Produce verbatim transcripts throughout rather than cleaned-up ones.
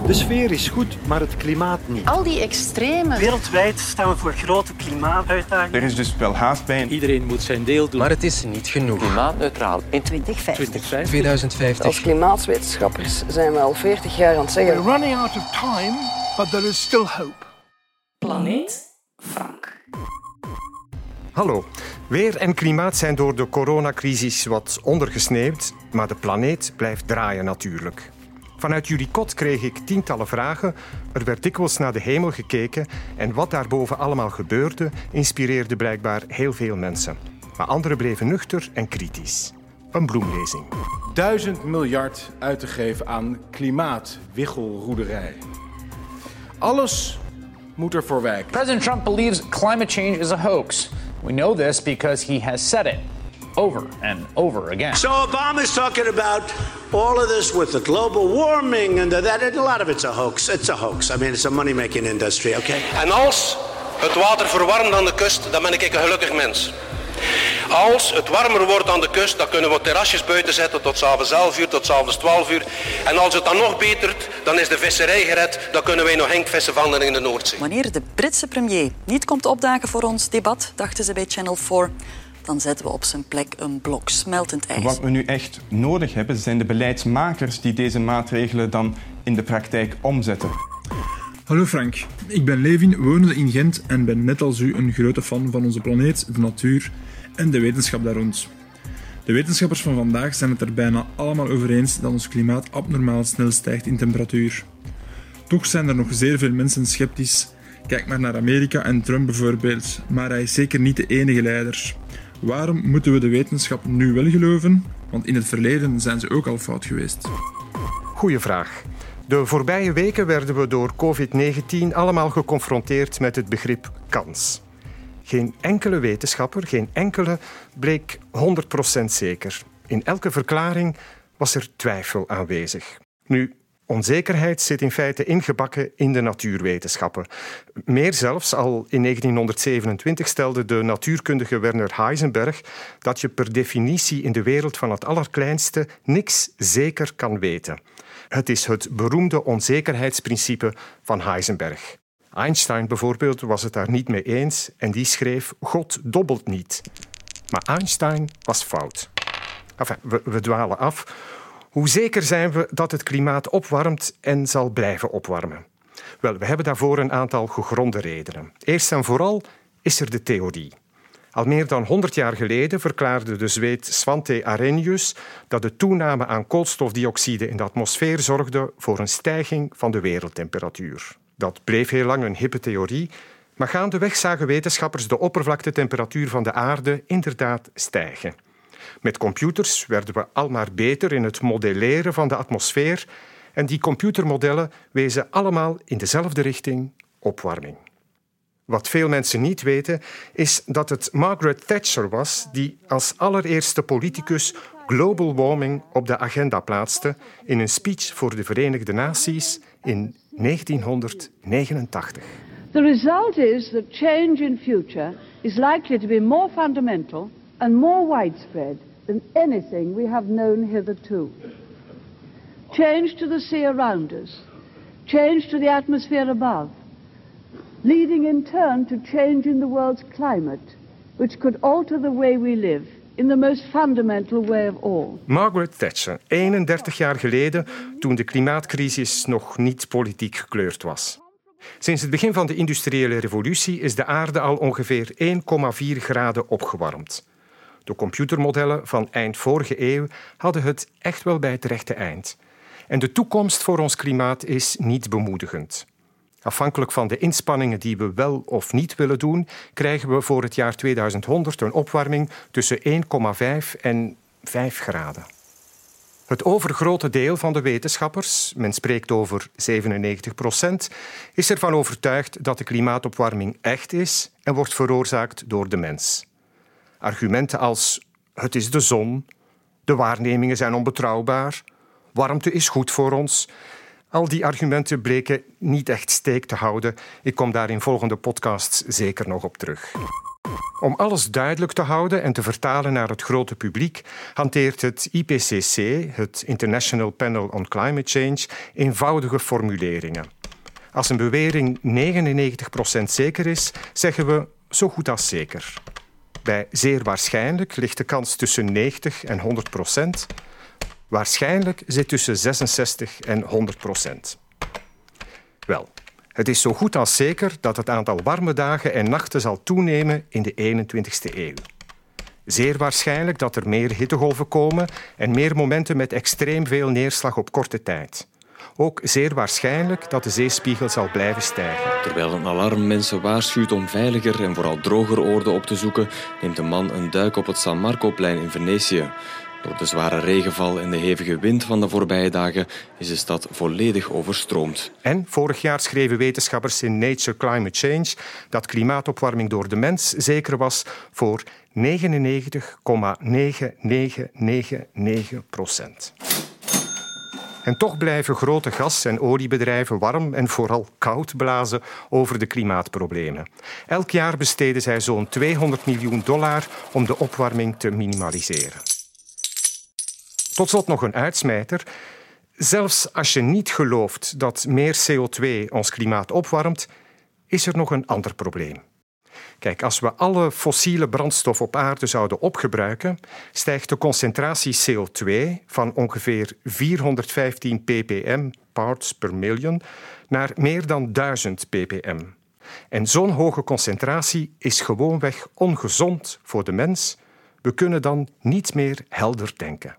De sfeer is goed, maar het klimaat niet. Al die extreme. Wereldwijd staan we voor grote klimaatuitdagingen. Er is dus wel haast bij. Iedereen moet zijn deel doen. Maar het is niet genoeg. Klimaatneutraal in twintig vijftig. twintig vijftig. Als klimaatwetenschappers zijn we al veertig jaar aan het zeggen. We're running out of time, but there is still hope. Planeet Frank. Hallo. Weer en klimaat zijn door de coronacrisis wat ondergesneeuwd, maar de planeet blijft draaien natuurlijk. Vanuit jullie kot kreeg ik tientallen vragen, er werd dikwijls naar de hemel gekeken en wat daarboven allemaal gebeurde, inspireerde blijkbaar heel veel mensen. Maar anderen bleven nuchter en kritisch. Een bloemlezing. Duizend miljard uit te geven aan klimaatwichelroederij. Alles moet ervoor wijken. President Trump believes climate change is a hoax. We know this because he has said it over and over again. So Obama's talking about all of this with the global warming and that, and a lot of it's a hoax. It's a hoax. I mean, it's a money-making industry, okay? En als het water verwarmt aan de kust, dan ben ik een gelukkig mens. Als het warmer wordt aan de kust, dan kunnen we terrasjes buiten zetten tot 's avonds elf uur, tot 's avonds twaalf uur. En als het dan nog betert, dan is de visserij gered. Dan kunnen wij nog henkvissen vangen in de Noordzee. Wanneer de Britse premier niet komt opdagen voor ons debat, dachten ze bij Channel vier, dan zetten we op zijn plek een blok smeltend ijs. Wat we nu echt nodig hebben, zijn de beleidsmakers die deze maatregelen dan in de praktijk omzetten. Hallo Frank, ik ben Levin, wonende in Gent en ben net als u een grote fan van onze planeet, de natuur en de wetenschap daar rond. De wetenschappers van vandaag zijn het er bijna allemaal over eens dat ons klimaat abnormaal snel stijgt in temperatuur. Toch zijn er nog zeer veel mensen sceptisch. Kijk maar naar Amerika en Trump bijvoorbeeld, maar hij is zeker niet de enige leider. Waarom moeten we de wetenschap nu wel geloven? Want in het verleden zijn ze ook al fout geweest. Goeie vraag. De voorbije weken werden we door covid negentien allemaal geconfronteerd met het begrip kans. Geen enkele wetenschapper, geen enkele, bleek honderd procent zeker. In elke verklaring was er twijfel aanwezig. Nu, onzekerheid zit in feite ingebakken in de natuurwetenschappen. Meer zelfs, al in negentienhonderdzevenentwintig stelde de natuurkundige Werner Heisenberg dat je per definitie in de wereld van het allerkleinste niks zeker kan weten. Het is het beroemde onzekerheidsprincipe van Heisenberg. Einstein bijvoorbeeld was het daar niet mee eens en die schreef God dobbelt niet. Maar Einstein was fout. Enfin, we, we dwalen af. Hoe zeker zijn we dat het klimaat opwarmt en zal blijven opwarmen? Wel, we hebben daarvoor een aantal gegronde redenen. Eerst en vooral is er de theorie. Al meer dan honderd jaar geleden verklaarde de Zweed Svante Arrhenius dat de toename aan koolstofdioxide in de atmosfeer zorgde voor een stijging van de wereldtemperatuur. Dat bleef heel lang een hippe theorie, maar gaandeweg zagen wetenschappers de oppervlaktetemperatuur van de aarde inderdaad stijgen. Met computers werden we al maar beter in het modelleren van de atmosfeer en die computermodellen wezen allemaal in dezelfde richting: opwarming. Wat veel mensen niet weten, is dat het Margaret Thatcher was die als allereerste politicus global warming op de agenda plaatste in een speech voor de Verenigde Naties in negentienhonderdnegenentachtig. The result is that change in future is likely to be more fundamental and more widespread than anything we have known hitherto. Change to the sea around us, change to the atmosphere above, leading in turn to change in the world's climate, which could alter the way we live in the most fundamental way of all. Margaret Thatcher, eenendertig jaar geleden, toen de klimaatcrisis nog niet politiek gekleurd was. Sinds het begin van de industriële revolutie is de aarde al ongeveer één komma vier graden opgewarmd. De computermodellen van eind vorige eeuw hadden het echt wel bij het rechte eind. En de toekomst voor ons klimaat is niet bemoedigend. Afhankelijk van de inspanningen die we wel of niet willen doen, krijgen we voor het jaar tweeduizendhonderd een opwarming tussen één komma vijf en vijf graden. Het overgrote deel van de wetenschappers, men spreekt over zevenennegentig procent, is ervan overtuigd dat de klimaatopwarming echt is en wordt veroorzaakt door de mens. Argumenten als het is de zon, de waarnemingen zijn onbetrouwbaar, warmte is goed voor ons. Al die argumenten bleken niet echt steek te houden. Ik kom daar in volgende podcasts zeker nog op terug. Om alles duidelijk te houden en te vertalen naar het grote publiek hanteert het I P C C, het International Panel on Climate Change, eenvoudige formuleringen. Als een bewering negenennegentig procent zeker is, zeggen we zo goed als zeker. Bij zeer waarschijnlijk ligt de kans tussen negentig en honderd procent. Waarschijnlijk zit tussen zesenzestig en honderd procent. Wel, het is zo goed als zeker dat het aantal warme dagen en nachten zal toenemen in de eenentwintigste eeuw. Zeer waarschijnlijk dat er meer hittegolven komen en meer momenten met extreem veel neerslag op korte tijd. Ook zeer waarschijnlijk dat de zeespiegel zal blijven stijgen. Terwijl een alarm mensen waarschuwt om veiliger en vooral droger oorden op te zoeken, neemt een man een duik op het San Marcoplein in Venetië. Door de zware regenval en de hevige wind van de voorbije dagen is de stad volledig overstroomd. En vorig jaar schreven wetenschappers in Nature Climate Change dat klimaatopwarming door de mens zeker was voor negenennegentig komma negen negen negen negen procent. En toch blijven grote gas- en oliebedrijven warm en vooral koud blazen over de klimaatproblemen. Elk jaar besteden zij zo'n tweehonderd miljoen dollar om de opwarming te minimaliseren. Tot slot nog een uitsmijter. Zelfs als je niet gelooft dat meer C O twee ons klimaat opwarmt, is er nog een ander probleem. Kijk, als we alle fossiele brandstof op aarde zouden opgebruiken, stijgt de concentratie C O twee van ongeveer vierhonderdvijftien ppm, parts per million, naar meer dan duizend ppm. En zo'n hoge concentratie is gewoonweg ongezond voor de mens. We kunnen dan niet meer helder denken.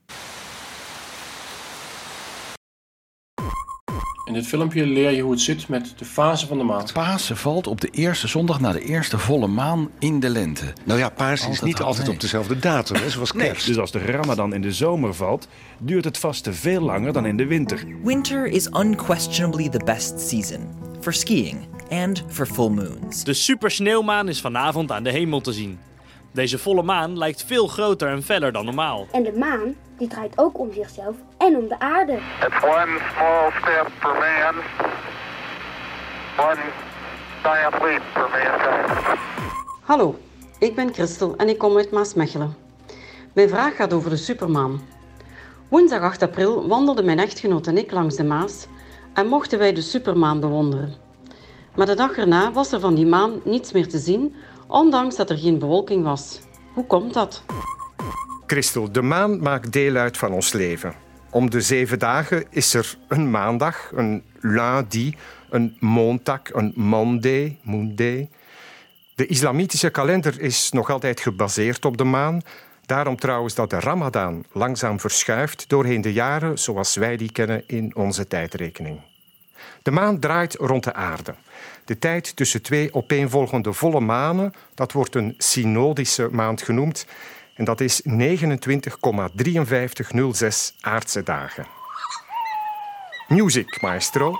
In dit filmpje leer je hoe het zit met de fase van de maan. Pasen valt op de eerste zondag na de eerste volle maan in de lente. Nou ja, Pasen is niet altijd op dezelfde datum, hè, zoals kerst. Nee, dus als de Ramadan in de zomer valt, duurt het vasten veel langer dan in de winter. Winter is unquestionably the best season for skiing and for full moons. De supersneeuwmaan is vanavond aan de hemel te zien. Deze volle maan lijkt veel groter en feller dan normaal. En de maan die draait ook om zichzelf en om de aarde. It's one small step for man, one giant leap for mankind. Hallo, ik ben Christel en ik kom uit Maasmechelen. Mijn vraag gaat over de supermaan. Woensdag acht april wandelden mijn echtgenoot en ik langs de Maas en mochten wij de supermaan bewonderen. Maar de dag erna was er van die maan niets meer te zien, ondanks dat er geen bewolking was. Hoe komt dat? Christel, de maan maakt deel uit van ons leven. Om de zeven dagen is er een maandag, een lundi, een montag, een monday, moonday. De islamitische kalender is nog altijd gebaseerd op de maan. Daarom trouwens dat de Ramadan langzaam verschuift doorheen de jaren zoals wij die kennen in onze tijdrekening. De maan draait rond de aarde. De tijd tussen twee opeenvolgende volle manen, dat wordt een synodische maand genoemd. En dat is negenentwintig komma vijf drie nul zes aardse dagen. Music, maestro.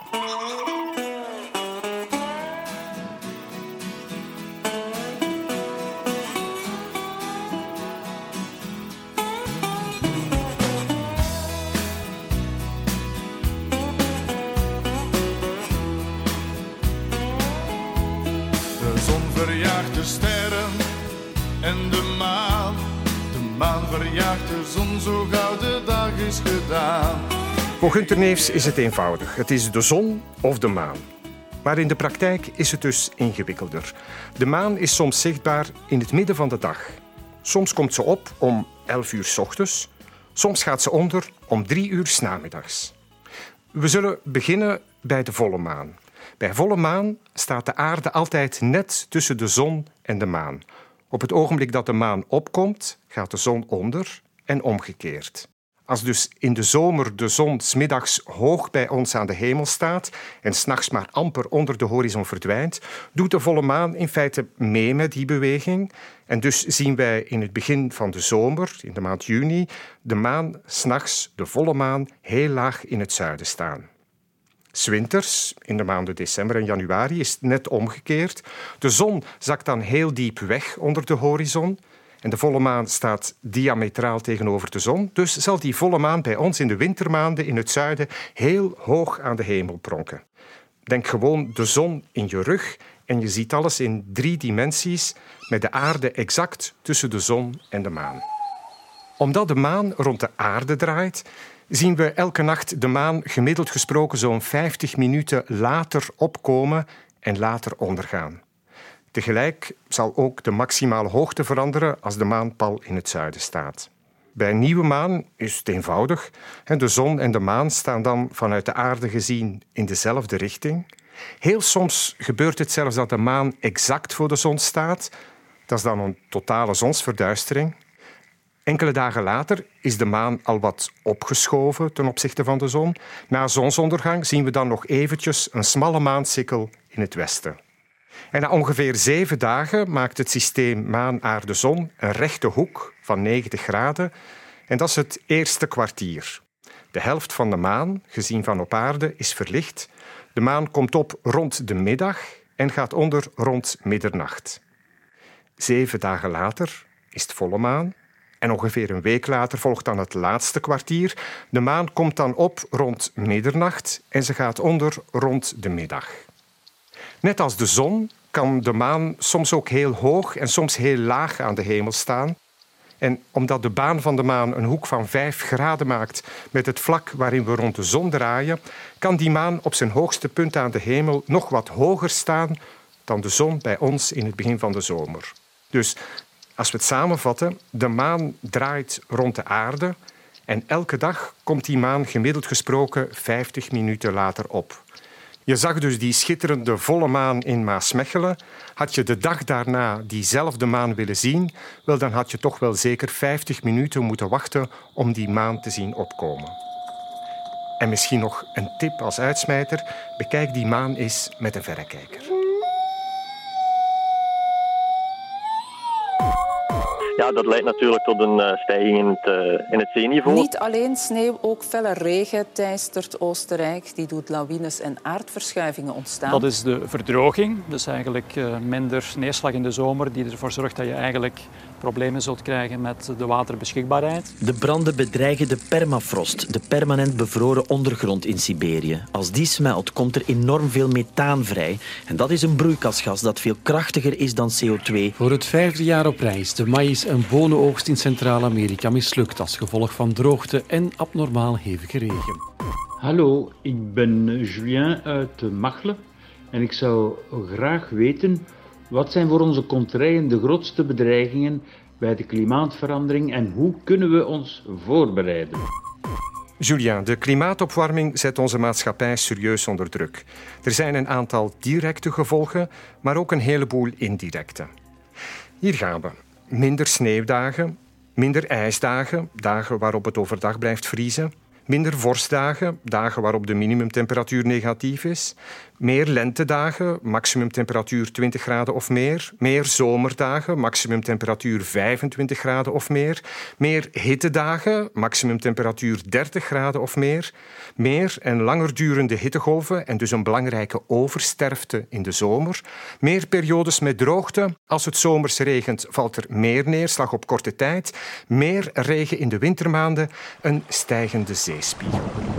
De zon verjaagt de sterren en de maan. De maan verjaagt de zon, zo gauw de dag is gedaan. Voor Gunter Neefs is het eenvoudig. Het is de zon of de maan. Maar in de praktijk is het dus ingewikkelder. De maan is soms zichtbaar in het midden van de dag. Soms komt ze op om elf uur 's ochtends. Soms gaat ze onder om drie uur 's namiddags. We zullen beginnen bij de volle maan. Bij volle maan staat de aarde altijd net tussen de zon en de maan. Op het ogenblik dat de maan opkomt, gaat de zon onder en omgekeerd. Als dus in de zomer de zon 's middags hoog bij ons aan de hemel staat en 's nachts maar amper onder de horizon verdwijnt, doet de volle maan in feite mee met die beweging. En dus zien wij in het begin van de zomer, in de maand juni, de maan 's nachts, de volle maan, heel laag in het zuiden staan. 'S Winters, in de maanden december en januari, is het net omgekeerd. De zon zakt dan heel diep weg onder de horizon. En de volle maan staat diametraal tegenover de zon. Dus zal die volle maan bij ons in de wintermaanden in het zuiden heel hoog aan de hemel pronken. Denk gewoon de zon in je rug en je ziet alles in drie dimensies met de aarde exact tussen de zon en de maan. Omdat de maan rond de aarde draait, zien we elke nacht de maan gemiddeld gesproken zo'n vijftig minuten later opkomen en later ondergaan. Tegelijk zal ook de maximale hoogte veranderen als de maan pal in het zuiden staat. Bij een nieuwe maan is het eenvoudig. De zon en de maan staan dan vanuit de aarde gezien in dezelfde richting. Heel soms gebeurt het zelfs dat de maan exact voor de zon staat. Dat is dan een totale zonsverduistering. Enkele dagen later is de maan al wat opgeschoven ten opzichte van de zon. Na zonsondergang zien we dan nog eventjes een smalle maansikkel in het westen. En na ongeveer zeven dagen maakt het systeem maan-aarde-zon een rechte hoek van negentig graden. En dat is het eerste kwartier. De helft van de maan, gezien van op aarde, is verlicht. De maan komt op rond de middag en gaat onder rond middernacht. Zeven dagen later is het volle maan. En ongeveer een week later volgt dan het laatste kwartier. De maan komt dan op rond middernacht en ze gaat onder rond de middag. Net als de zon kan de maan soms ook heel hoog en soms heel laag aan de hemel staan. En omdat de baan van de maan een hoek van vijf graden maakt met het vlak waarin we rond de zon draaien, kan die maan op zijn hoogste punt aan de hemel nog wat hoger staan dan de zon bij ons in het begin van de zomer. Dus als we het samenvatten, de maan draait rond de aarde en elke dag komt die maan gemiddeld gesproken vijftig minuten later op. Je zag dus die schitterende volle maan in Maasmechelen. Had je de dag daarna diezelfde maan willen zien, wel, dan had je toch wel zeker vijftig minuten moeten wachten om die maan te zien opkomen. En misschien nog een tip als uitsmijter. Bekijk die maan eens met een verrekijker. Ja, dat leidt natuurlijk tot een uh, stijging in het, uh, in het zeeniveau. Niet alleen sneeuw, ook felle regen teistert Oostenrijk. Die doet lawines en aardverschuivingen ontstaan. Dat is de verdroging, dus eigenlijk uh, minder neerslag in de zomer, die ervoor zorgt dat je eigenlijk problemen zult krijgen met de waterbeschikbaarheid. De branden bedreigen de permafrost, de permanent bevroren ondergrond in Siberië. Als die smelt, komt er enorm veel methaan vrij. En dat is een broeikasgas dat veel krachtiger is dan C O twee. Voor het vijfde jaar op rij is de maïs- en bonenoogst in Centraal-Amerika mislukt als gevolg van droogte en abnormaal hevige regen. Hallo, ik ben Julien uit Machelen en ik zou graag weten wat zijn voor onze kontrijen de grootste bedreigingen bij de klimaatverandering en hoe kunnen we ons voorbereiden? Julien, de klimaatopwarming zet onze maatschappij serieus onder druk. Er zijn een aantal directe gevolgen, maar ook een heleboel indirecte. Hier gaan we. Minder sneeuwdagen, minder ijsdagen, dagen waarop het overdag blijft vriezen, minder vorstdagen, dagen waarop de minimumtemperatuur negatief is, meer lentedagen, maximumtemperatuur twintig graden of meer, meer zomerdagen, maximumtemperatuur vijfentwintig graden of meer, meer hittedagen, maximumtemperatuur dertig graden of meer, meer en langer durende hittegolven en dus een belangrijke oversterfte in de zomer, meer periodes met droogte. Als het zomers regent, valt er meer neerslag op korte tijd, meer regen in de wintermaanden, een stijgende zeespiegel.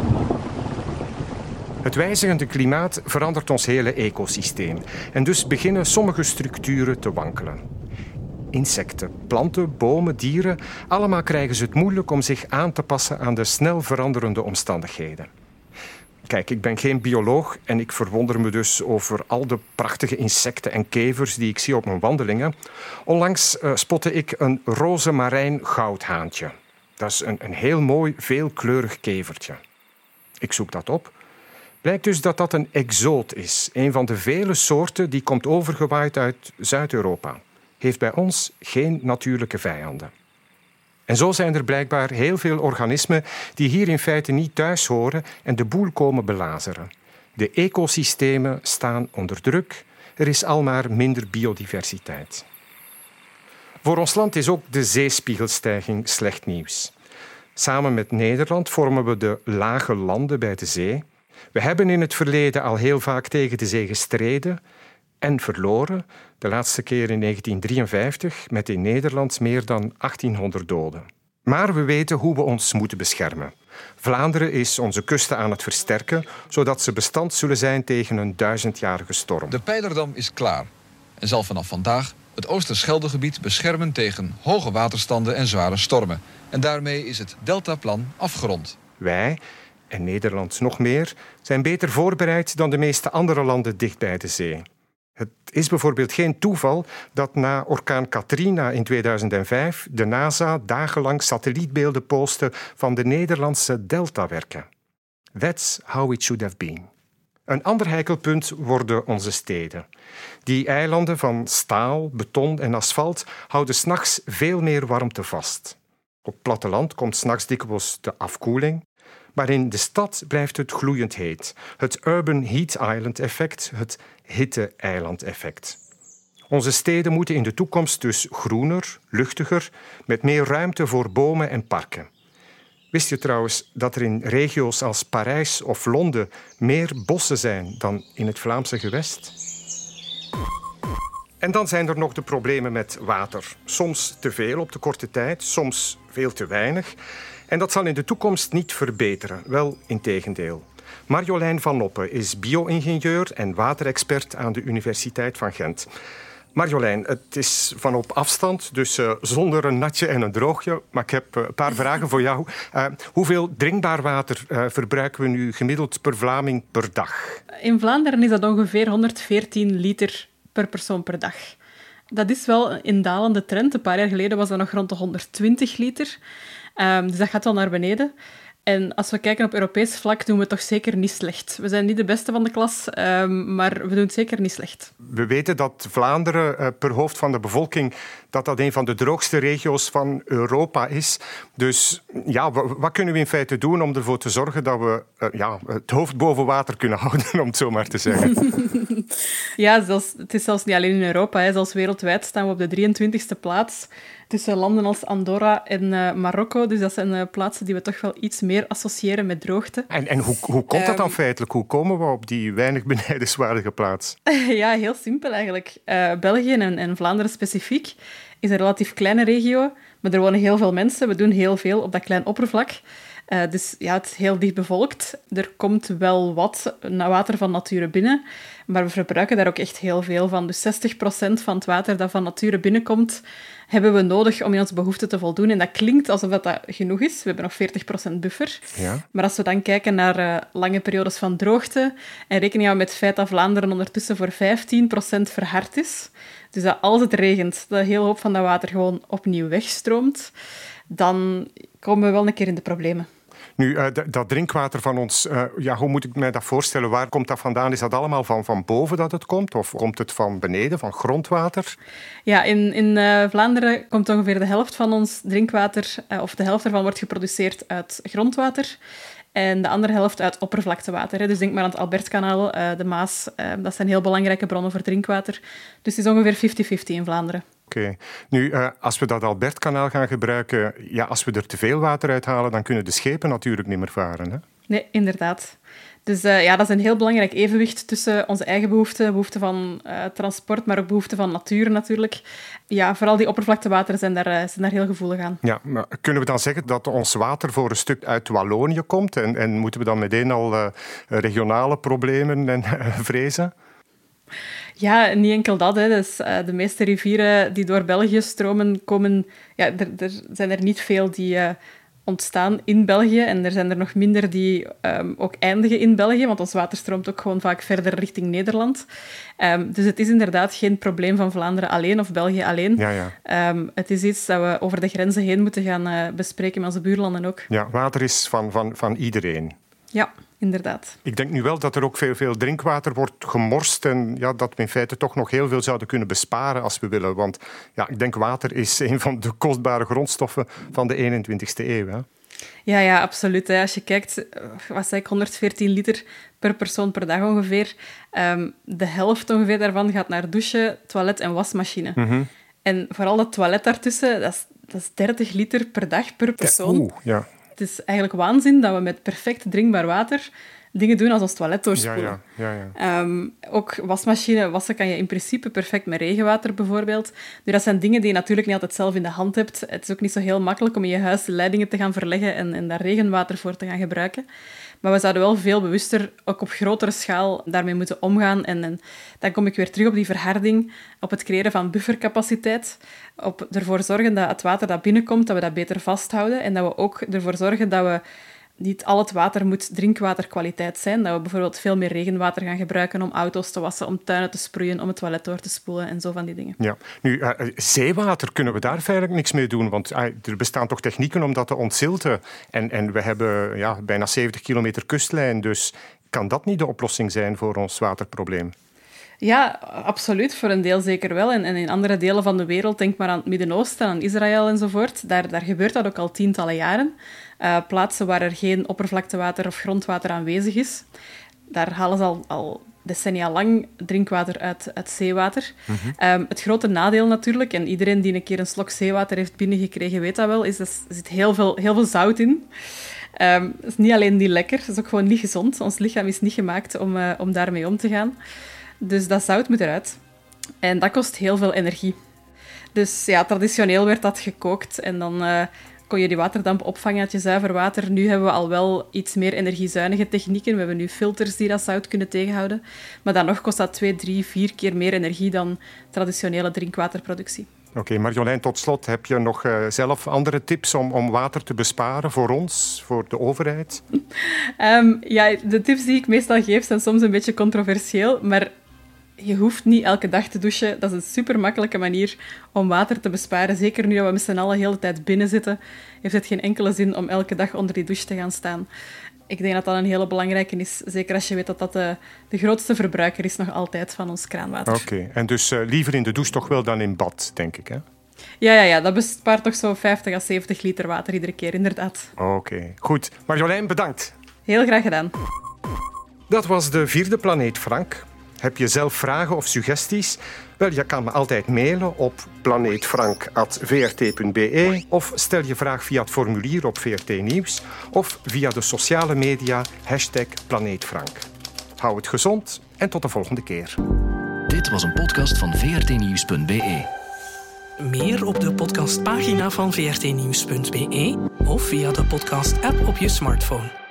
Het wijzigende klimaat verandert ons hele ecosysteem en dus beginnen sommige structuren te wankelen. Insecten, planten, bomen, dieren, allemaal krijgen ze het moeilijk om zich aan te passen aan de snel veranderende omstandigheden. Kijk, ik ben geen bioloog en ik verwonder me dus over al de prachtige insecten en kevers die ik zie op mijn wandelingen. Onlangs uh, spotte ik een rozemarijn goudhaantje. Dat is een, een heel mooi, veelkleurig kevertje. Ik zoek dat op. Blijkt dus dat dat een exoot is, een van de vele soorten die komt overgewaaid uit Zuid-Europa. Heeft bij ons geen natuurlijke vijanden. En zo zijn er blijkbaar heel veel organismen die hier in feite niet thuis horen en de boel komen belazeren. De ecosystemen staan onder druk. Er is almaar minder biodiversiteit. Voor ons land is ook de zeespiegelstijging slecht nieuws. Samen met Nederland vormen we de lage landen bij de zee. We hebben in het verleden al heel vaak tegen de zee gestreden en verloren. De laatste keer in negentien drieënvijftig met in Nederland meer dan achttienhonderd doden. Maar we weten hoe we ons moeten beschermen. Vlaanderen is onze kusten aan het versterken, zodat ze bestand zullen zijn tegen een duizendjarige storm. De Peilerdam is klaar en zal vanaf vandaag het Oosterscheldegebied beschermen tegen hoge waterstanden en zware stormen. En daarmee is het Deltaplan afgerond. Wij, en Nederland nog meer, zijn beter voorbereid dan de meeste andere landen dicht bij de zee. Het is bijvoorbeeld geen toeval dat na orkaan Katrina in tweeduizend vijf de NASA dagenlang satellietbeelden postte van de Nederlandse deltawerken. That's how it should have been. Een ander heikelpunt worden onze steden. Die eilanden van staal, beton en asfalt houden 's nachts veel meer warmte vast. Op platteland komt 's nachts dikwijls de afkoeling, maar in de stad blijft het gloeiend heet. Het Urban Heat Island effect, het hitte-eiland-effect. Onze steden moeten in de toekomst dus groener, luchtiger, met meer ruimte voor bomen en parken. Wist je trouwens dat er in regio's als Parijs of Londen meer bossen zijn dan in het Vlaamse gewest? En dan zijn er nog de problemen met water. Soms te veel op de korte tijd, soms veel te weinig. En dat zal in de toekomst niet verbeteren. Wel, integendeel. Marjolein van Noppen is bio-ingenieur en waterexpert aan de Universiteit van Gent. Marjolein, het is van op afstand, dus uh, zonder een natje en een droogje. Maar ik heb uh, een paar vragen voor jou. Uh, hoeveel drinkbaar water uh, verbruiken we nu gemiddeld per Vlaming per dag? In Vlaanderen is dat ongeveer honderdveertien liter per persoon per dag. Dat is wel een indalende trend. Een paar jaar geleden was dat nog rond de honderdtwintig liter. Um, dus dat gaat wel naar beneden. En als we kijken op Europees vlak, doen we het toch zeker niet slecht. We zijn niet de beste van de klas, um, maar we doen het zeker niet slecht. We weten dat Vlaanderen uh, per hoofd van de bevolking dat dat een van de droogste regio's van Europa is. Dus ja, w- wat kunnen we in feite doen om ervoor te zorgen dat we uh, ja, het hoofd boven water kunnen houden, om het zo maar te zeggen? Ja, zelfs, het is zelfs niet alleen in Europa. Hè. Zelfs wereldwijd staan we op de drieëntwintigste plaats tussen landen als Andorra en uh, Marokko. Dus dat zijn uh, plaatsen die we toch wel iets meer associëren met droogte. En, en hoe, hoe komt dat dan um, feitelijk? Hoe komen we op die weinig benijdenswaardige plaats? Ja, heel simpel eigenlijk. Uh, België en, en Vlaanderen specifiek is een relatief kleine regio, maar er wonen heel veel mensen. We doen heel veel op dat klein oppervlak. Uh, dus ja, het is heel dicht bevolkt. Er komt wel wat water van nature binnen, maar we verbruiken daar ook echt heel veel van. Dus zestig procent van het water dat van nature binnenkomt, hebben we nodig om in onze behoeften te voldoen. En dat klinkt alsof dat, dat genoeg is. We hebben nog veertig procent buffer. Ja. Maar als we dan kijken naar uh, lange periodes van droogte en rekening houden met het feit dat Vlaanderen ondertussen voor vijftien procent verhard is, dus dat als het regent, dat een hele hoop van dat water gewoon opnieuw wegstroomt, dan komen we wel een keer in de problemen. Nu, uh, d- dat drinkwater van ons, uh, ja, hoe moet ik mij dat voorstellen? Waar komt dat vandaan? Is dat allemaal van, van boven dat het komt? Of komt het van beneden, van grondwater? Ja, in, in uh, Vlaanderen komt ongeveer de helft van ons drinkwater, uh, of de helft ervan wordt geproduceerd uit grondwater. En de andere helft uit oppervlaktewater. Hè. Dus denk maar aan het Albertkanaal, uh, de Maas. Uh, dat zijn heel belangrijke bronnen voor drinkwater. Dus het is ongeveer vijftig vijftig in Vlaanderen. Oké. Okay. Nu, uh, als we dat Albertkanaal gaan gebruiken, ja, als we er te veel water uithalen, dan kunnen de schepen natuurlijk niet meer varen, hè? Nee, inderdaad. Dus uh, ja, dat is een heel belangrijk evenwicht tussen onze eigen behoeften, behoeften van uh, transport, maar ook behoeften van natuur natuurlijk. Ja, vooral die oppervlaktewateren zijn daar, uh, zijn daar heel gevoelig aan. Ja, maar kunnen we dan zeggen dat ons water voor een stuk uit Wallonië komt? En, en moeten we dan meteen al uh, regionale problemen en, uh, vrezen? Ja, niet enkel dat. Hè. Dus, uh, de meeste rivieren die door België stromen, komen... Ja, er, er zijn er niet veel die... Uh, ontstaan in België en er zijn er nog minder die um, ook eindigen in België, want ons water stroomt ook gewoon vaak verder richting Nederland. Um, dus het is inderdaad geen probleem van Vlaanderen alleen of België alleen. Ja, ja. Um, het is iets dat we over de grenzen heen moeten gaan uh, bespreken met onze buurlanden ook. Ja, water is van, van, van iedereen. Ja, inderdaad. Ik denk nu wel dat er ook veel, veel drinkwater wordt gemorst en ja, dat we in feite toch nog heel veel zouden kunnen besparen als we willen. Want ja, ik denk water is een van de kostbare grondstoffen van de eenentwintigste eeuw. Hè? Ja, ja, absoluut. Hè. Als je kijkt, wat zei ik, honderdveertien liter per persoon per dag ongeveer. Um, de helft ongeveer daarvan gaat naar douche, toilet en wasmachine. Mm-hmm. En vooral dat toilet daartussen, dat is, dat is dertig liter per dag per persoon. Ja, oeh, ja. Het is eigenlijk waanzin dat we met perfect drinkbaar water dingen doen als ons toilet doorspoelen. Ja, ja, ja, ja. Um, ook wasmachine wassen kan je in principe perfect met regenwater bijvoorbeeld. Dus dat zijn dingen die je natuurlijk niet altijd zelf in de hand hebt. Het is ook niet zo heel makkelijk om in je huis de leidingen te gaan verleggen en, en daar regenwater voor te gaan gebruiken. Maar we zouden wel veel bewuster, ook op grotere schaal, daarmee moeten omgaan. En, en dan kom ik weer terug op die verharding, op het creëren van buffercapaciteit, op ervoor zorgen dat het water dat binnenkomt, dat we dat beter vasthouden en dat we ook ervoor zorgen dat we niet al het water moet drinkwaterkwaliteit zijn. Dat we bijvoorbeeld veel meer regenwater gaan gebruiken om auto's te wassen, om tuinen te sproeien, om het toilet door te spoelen en zo van die dingen. Ja. Nu, uh, zeewater, kunnen we daar feitelijk niks mee doen? Want uh, er bestaan toch technieken om dat te ontzilten? En, en we hebben ja, bijna zeventig kilometer kustlijn, dus kan dat niet de oplossing zijn voor ons waterprobleem? Ja, absoluut. Voor een deel zeker wel. En, en in andere delen van de wereld, denk maar aan het Midden-Oosten, aan Israël enzovoort, daar, daar gebeurt dat ook al tientallen jaren. Uh, plaatsen waar er geen oppervlaktewater of grondwater aanwezig is, daar halen ze al, al decennia lang drinkwater uit, uit zeewater. Mm-hmm. Um, het grote nadeel natuurlijk, en iedereen die een keer een slok zeewater heeft binnengekregen weet dat wel, is dat er zit heel veel, heel veel zout in. Um, het is niet alleen niet lekker, het is ook gewoon niet gezond. Ons lichaam is niet gemaakt om, uh, om daarmee om te gaan. Dus dat zout moet eruit. En dat kost heel veel energie. Dus ja, traditioneel werd dat gekookt en dan uh, kon je die waterdamp opvangen uit je zuiver water. Nu hebben we al wel iets meer energiezuinige technieken. We hebben nu filters die dat zout kunnen tegenhouden. Maar dan nog kost dat twee, drie, vier keer meer energie dan traditionele drinkwaterproductie. Oké, okay, Marjolein, tot slot, heb je nog uh, zelf andere tips om, om water te besparen voor ons, voor de overheid? um, ja, de tips die ik meestal geef zijn soms een beetje controversieel, maar je hoeft niet elke dag te douchen. Dat is een super makkelijke manier om water te besparen. Zeker nu dat we met z'n allen de hele tijd binnen zitten, heeft het geen enkele zin om elke dag onder die douche te gaan staan. Ik denk dat dat een hele belangrijke is. Zeker als je weet dat dat de, de grootste verbruiker is nog altijd van ons kraanwater. Oké, okay. En dus uh, liever in de douche toch wel dan in bad, denk ik, hè? Ja, ja, ja, dat bespaart toch zo'n vijftig à zeventig liter water iedere keer, inderdaad. Oké, okay. Goed. Marjolein, bedankt. Heel graag gedaan. Dat was de vierde Planeet Frank. Heb je zelf vragen of suggesties? Wel, je kan me altijd mailen op planeetfrank apenstaartje v r t punt b e of stel je vraag via het formulier op V R T Nieuws of via de sociale media hashtag Planeetfrank. Hou het gezond en tot de volgende keer. Dit was een podcast van V R T Nieuws punt b e. Meer op de podcastpagina van V R T Nieuws punt b e of via de podcast-app op je smartphone.